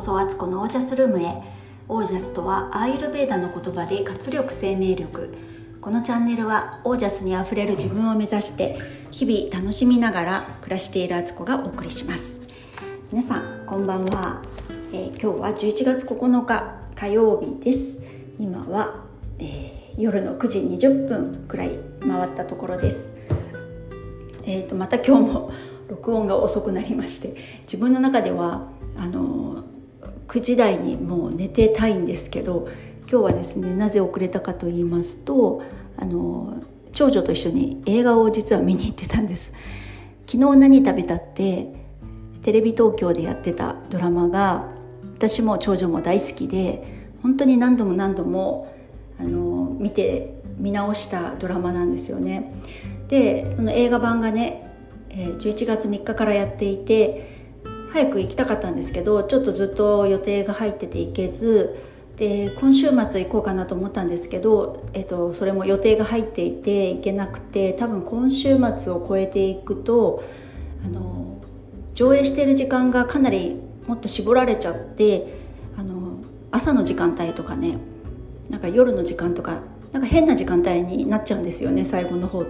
そアツコのオージャスルームへ。オージャスとはアーユルヴェーダの言葉で活力、生命力。このチャンネルはオージャスにあふれる自分を目指して日々楽しみながら暮らしているアツコがお送りします。皆さんこんばんは。今日は11月9日火曜日です。今は、夜の9時20分くらい回ったところです。また今日も録音が遅くなりまして、自分の中では9時台にもう寝てたいんですけど、今日はですね、なぜ遅れたかと言いますと、長女と一緒に映画を実は見に行ってたんです。昨日何食べたってテレビ東京でやってたドラマが、私も長女も大好きで、本当に何度も見直したドラマなんですよね。でその映画版がね、11月3日からやっていて、早く行きたかったんですけど、ちょっとずっと予定が入ってて行けずで、今週末行こうかなと思ったんですけど、それも予定が入っていて行けなくて、多分今週末を超えていくと上映している時間がかなりもっと絞られちゃって、朝の時間帯とかね、なんか夜の時間とか、なんか変な時間帯になっちゃうんですよね、最後の方って。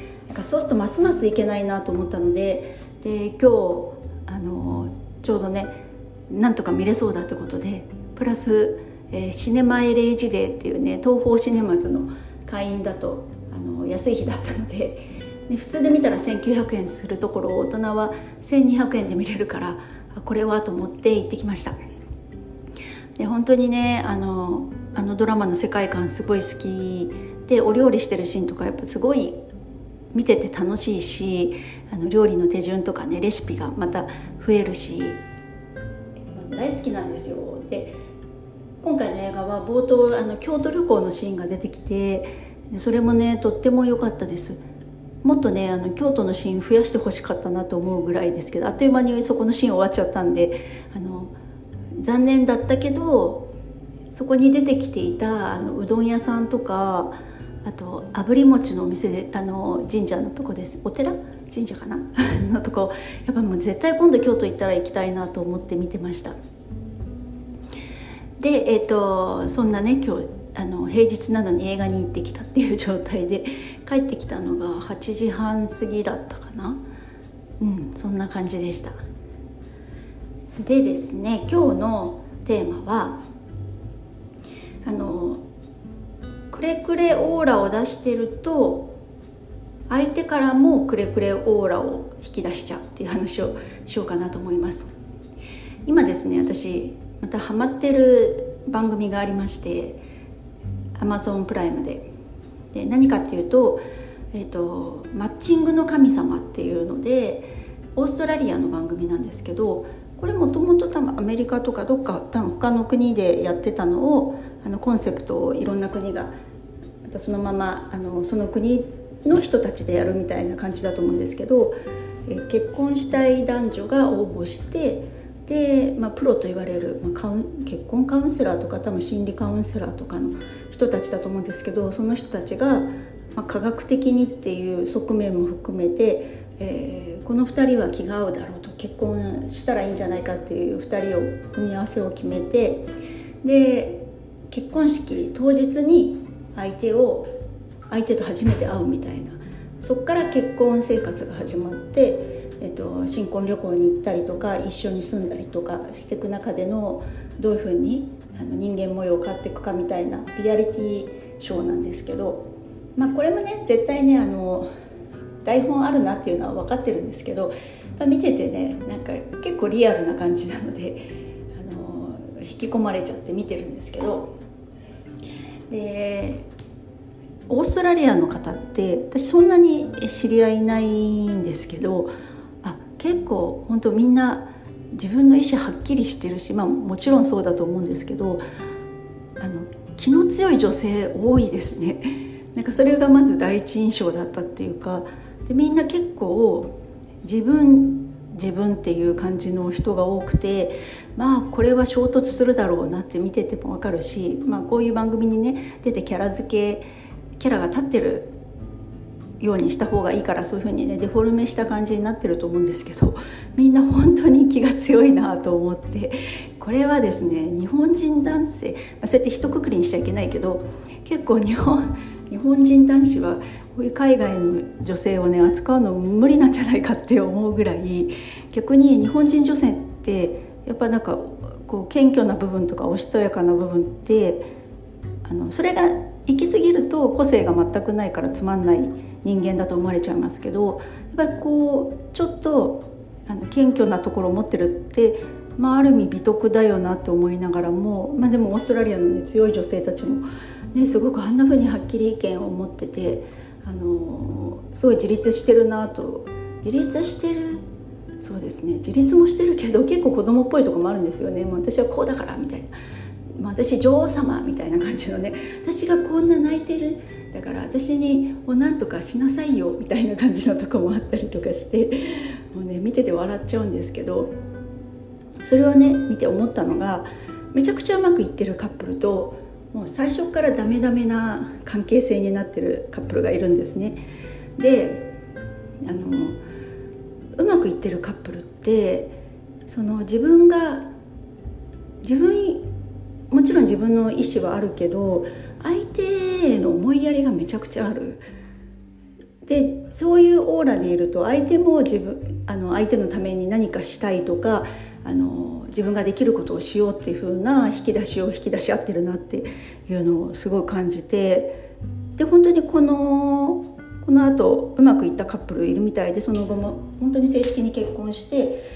なんかそうするとますますいけないなと思ったので、今日ちょうどね、なんとか見れそうだってことで、プラス、シネマ LH デーっていうね、東宝シネマズの会員だと安い日だったので、普通で見たら1900円するところを大人は1200円で見れるから、これはと思って行ってきました。で本当にね、あのドラマの世界観すごい好きで、お料理してるシーンとかやっぱすごい見てて楽しいし、料理の手順とかね、レシピがまた増えるし、大好きなんですよ。で今回の映画は冒頭京都旅行のシーンが出てきて、それもねとっても良かったです。もっとね京都のシーン増やしてほしかったなと思うぐらいですけど、あっという間にそこのシーン終わっちゃったんで、残念だったけど、そこに出てきていたうどん屋さんとか、あと炙り餅のお店で、神社のとこです、お寺神社かなのとこ、やっぱもう絶対今度京都行ったら行きたいなと思って見てました。でそんなね、今日平日なのに映画に行ってきたっていう状態で、帰ってきたのが8時半過ぎだったかな。そんな感じでした。でですね、今日のテーマはくれくれオーラを出してると、相手からもくれくれオーラを引き出しちゃうっていう話をしようかなと思います。今ですね、私またハマってる番組がありまして、 Amazon プライムで何かっていうと、マッチングの神様っていうので、オーストラリアの番組なんですけど、これもともと多分アメリカとかどっか多分他の国でやってたのを、コンセプトをいろんな国がまたそのままその国の人たちでやるみたいな感じだと思うんですけど、結婚したい男女が応募して、で、プロと言われる、結婚カウンセラーとか多分心理カウンセラーとかの人たちだと思うんですけど、その人たちが、科学的にっていう側面も含めて、この2人は気が合うだろうと、結婚したらいいんじゃないかっていう2人を組み合わせを決めて、で結婚式当日に相手と初めて会うみたいな、そこから結婚生活が始まって、新婚旅行に行ったりとか、一緒に住んだりとかしていく中での、どういうふうに人間模様を変わっていくかみたいなリアリティショーなんですけど、これもね絶対ね台本あるなっていうのは分かってるんですけど、見ててね、なんか結構リアルな感じなので、引き込まれちゃって見てるんですけど、でオーストラリアの方って私そんなに知り合いいないんですけど、結構本当みんな自分の意思はっきりしてるし、もちろんそうだと思うんですけど、気の強い女性多いですね。なんかそれがまず第一印象だったっていうか、でみんな結構自分っていう感じの人が多くて、これは衝突するだろうなって見てても分かるし、こういう番組にね出てキャラが立ってるようにした方がいいからそういう風にねデフォルメした感じになってると思うんですけど、みんな本当に気が強いなと思って、これはですね日本人男性、そうやって一括りにしちゃいけないけど、結構日本人男子はこういう海外の女性をね扱うの無理なんじゃないかって思うぐらい、逆に日本人女性ってやっぱなんかこう謙虚な部分とかおしとやかな部分ってそれが行き過ぎると個性が全くないからつまんない人間だと思われちゃいますけど、やっぱりこうちょっと謙虚なところを持ってるって、ある意味美徳だよなと思いながらも、でもオーストラリアの、ね、強い女性たちも、ね、すごくあんな風にはっきり意見を持ってて、すごい自立してるなと。自立してる、そうですね、自立もしてるけど結構子供っぽいところもあるんですよね。私はこうだからみたいな、私女王様みたいな感じのね、私がこんな泣いてるだから私に何とかしなさいよみたいな感じのとこもあったりとかして、もうね見てて笑っちゃうんですけど、それをね見て思ったのが、めちゃくちゃうまくいってるカップルともう最初からダメダメな関係性になってるカップルがいるんですね。でうまくいってるカップルって自分もちろん自分の意思はあるけど相手への思いやりがめちゃくちゃある。でそういうオーラでいると相手も相手のために何かしたいとか自分ができることをしようっていう風な引き出し合ってるなっていうのをすごい感じて、で本当にこの後うまくいったカップルいるみたいで、その後も本当に正式に結婚して、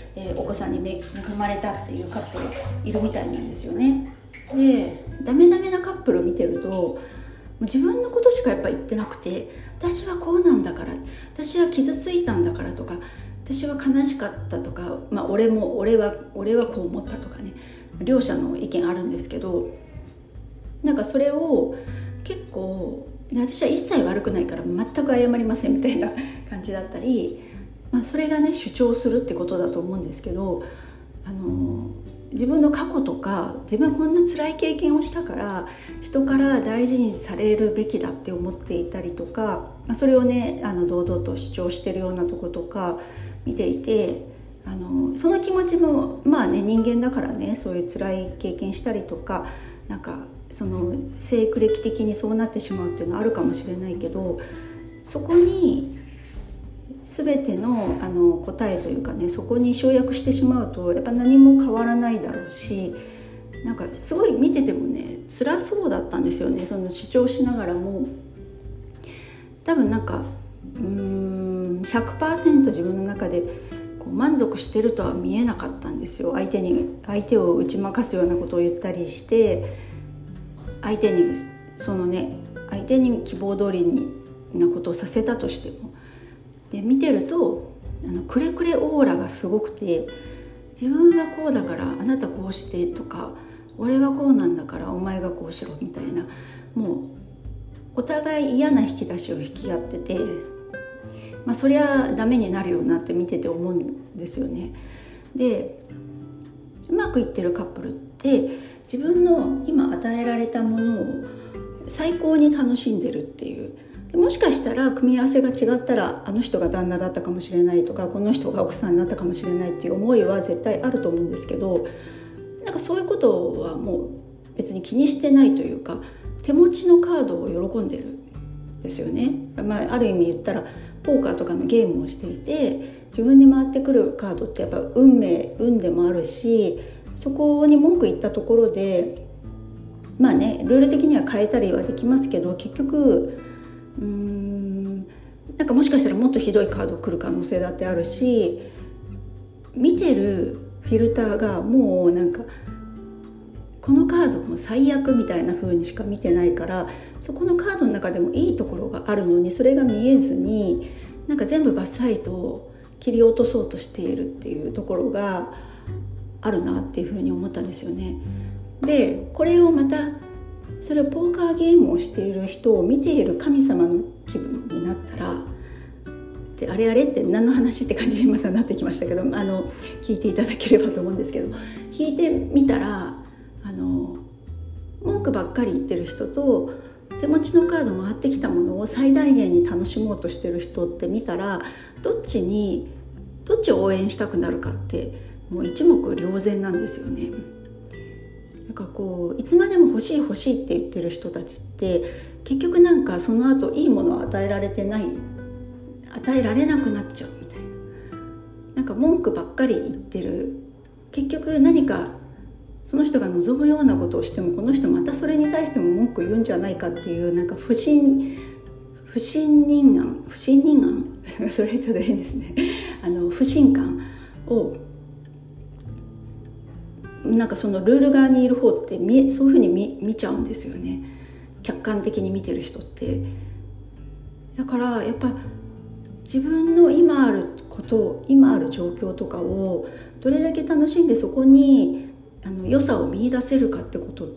お子さんに恵まれたっていうカップルいるみたいなんですよね。でダメなカップルを見てるともう自分のことしかやっぱ言ってなくて、私はこうなんだから、私は傷ついたんだからとか、私は悲しかったとか、俺はこう思ったとかね、両者の意見あるんですけど、なんかそれを結構私は一切悪くないから全く謝りませんみたいな感じだったり、それがね主張するってことだと思うんですけど、自分の過去とか自分はこんな辛い経験をしたから人から大事にされるべきだって思っていたりとか、それをね堂々と主張してるようなとことか見ていて、その気持ちも人間だからね、そういう辛い経験したりとか、なんか生育歴的にそうなってしまうっていうのはあるかもしれないけど、そこに全ての答えというかね、そこに集約してしまうとやっぱ何も変わらないだろうし、なんかすごい見ててもね辛そうだったんですよね。主張しながらも多分なんか100% 自分の中でこう満足してるとは見えなかったんですよ。相手を打ち負かすようなことを言ったりして、相手に希望通りなことをさせたとしても、で見てるとくれくれオーラがすごくて、自分はこうだからあなたこうしてとか、俺はこうなんだからお前がこうしろみたいな、もうお互い嫌な引き出しを引き合ってて、そりゃダメになるよなって見てて思うんですよね。でうまくいってるカップルって自分の今与えられたものを最高に楽しんでるっていう、もしかしたら組み合わせが違ったらあの人が旦那だったかもしれないとか、この人が奥さんになったかもしれないっていう思いは絶対あると思うんですけど、なんかそういうことはもう別に気にしてないというか、手持ちのカードを喜んでるんですよね。ある意味言ったらポーカーとかのゲームをしていて、自分に回ってくるカードってやっぱ運でもあるし、そこに文句言ったところでルール的には変えたりはできますけど、結局なんかもしかしたらもっとひどいカード来る可能性だってあるし、見てるフィルターがもうなんかこのカードも最悪みたいな風にしか見てないから、そこのカードの中でもいいところがあるのにそれが見えずに、なんか全部バッサリと切り落とそうとしているっていうところがあるなっていう風に思ったんですよね。でこれをまたそれをポーカーゲームをしている人を見ている神様の気分になったら、であれって何の話って感じにまたなってきましたけど、聞いていただければと思うんですけど、聞いてみたら文句ばっかり言ってる人と手持ちのカード回ってきたものを最大限に楽しもうとしてる人って見たら、どっちを応援したくなるかってもう一目瞭然なんですよね。なんかこういつまでも欲しい欲しいって言ってる人たちって結局なんかその後いいものを与えられなくなっちゃうみたいな、なんか文句ばっかり言ってる。結局何かその人が望むようなことをしても、この人またそれに対しても文句言うんじゃないかっていう、なんか不信任案それちょっと変ですね不信感を、なんかそのルール側にいる方ってそういうふうに 見ちゃうんですよね、客観的に見てる人って。だからやっぱ自分の今ある状況とかをどれだけ楽しんで、そこに良さを見出せるかってことって、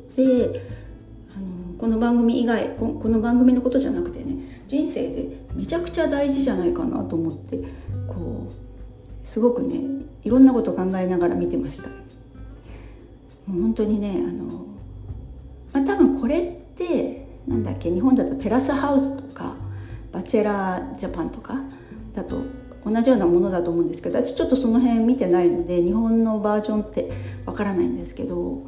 この番組のことじゃなくてね、人生でめちゃくちゃ大事じゃないかなと思って、こうすごくねいろんなことを考えながら見てました。もう本当にね多分これってなんだっけ、日本だとテラスハウスとかバチェラージャパンとかだと同じようなものだと思うんですけど、私ちょっとその辺見てないので日本のバージョンってわからないんですけど、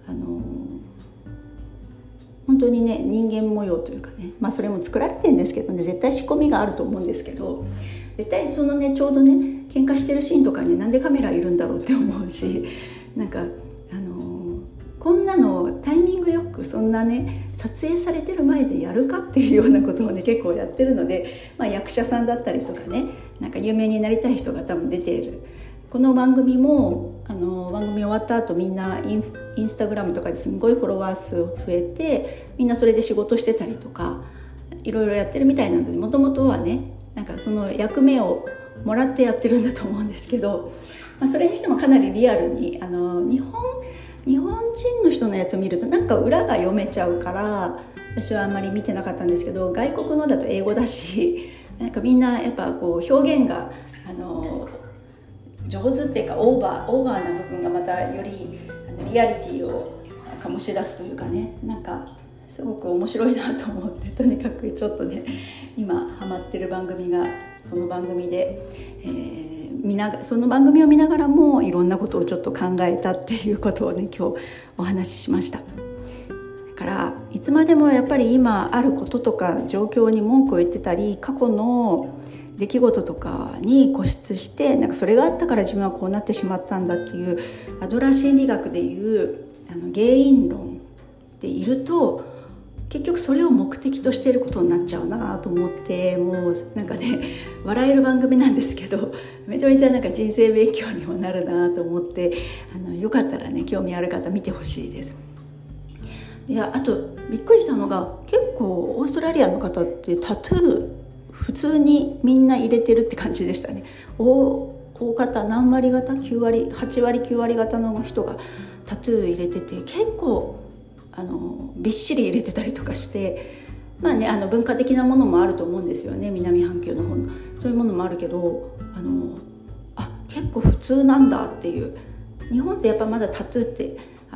本当にね人間模様というかね、それも作られてるんですけどね、絶対仕込みがあると思うんですけど、絶対そのねちょうどね喧嘩してるシーンとかになんでカメラいるんだろうって思うし、なんかこんなのタイミングよくそんなね撮影されてる前でやるかっていうようなことをね結構やってるので、役者さんだったりとかね、なんか有名になりたい人が多分出ている。この番組も番組終わった後みんなインスタグラムとかですごいフォロワー数増えて、みんなそれで仕事してたりとかいろいろやってるみたいなので、もともとはねなんかその役目をもらってやってるんだと思うんですけど、それにしてもかなりリアルに日本人の人のやつを見るとなんか裏が読めちゃうから、私はあんまり見てなかったんですけど、外国のだと英語だし、なんかみんなやっぱこう表現が上手っていうかオーバーな部分がまたよりリアリティを醸し出すというかね、なんかすごく面白いなと思って、とにかくちょっとね今ハマってる番組がその番組で、その番組を見ながらもいろんなことをちょっと考えたっていうことをね今日お話ししました。だからいつまでもやっぱり今あることとか状況に文句を言ってたり、過去の出来事とかに固執して、なんかそれがあったから自分はこうなってしまったんだっていうアドラー心理学でいう原因論でいると、結局それを目的としていることになっちゃうなと思って、もうなんかね笑える番組なんですけど、めちゃめちゃなんか人生勉強にもなるなと思って、よかったらね興味ある方見てほしいです。いや、あとびっくりしたのが、結構オーストラリアの方ってタトゥー普通にみんな入れてるって感じでしたね。大方何割方9割8割9割方の人がタトゥー入れてて、結構びっしり入れてたりとかして、文化的なものもあると思うんですよね、南半球の方のそういうものもあるけど、結構普通なんだっていう。日本ってやっぱまだタトゥーって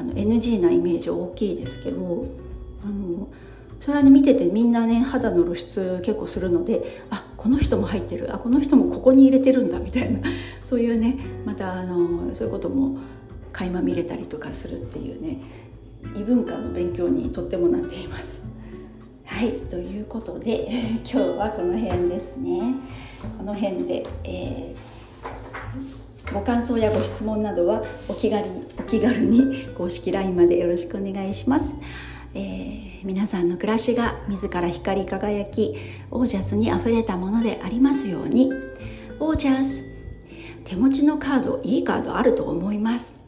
NG なイメージ大きいですけど、それはね見ててみんなね肌の露出結構するので、この人も入ってる、この人もここに入れてるんだみたいな、そういうねまたそういうことも垣間見れたりとかするっていうね、異文化の勉強にとってもなっています。はい、ということで今日はこの辺ですね。この辺で、ご感想やご質問などはお気軽に公式 LINE までよろしくお願いします。皆さんの暮らしが自ら光り輝き、オージャスにあふれたものでありますように。オージャス、手持ちのカード、いいカードあると思います。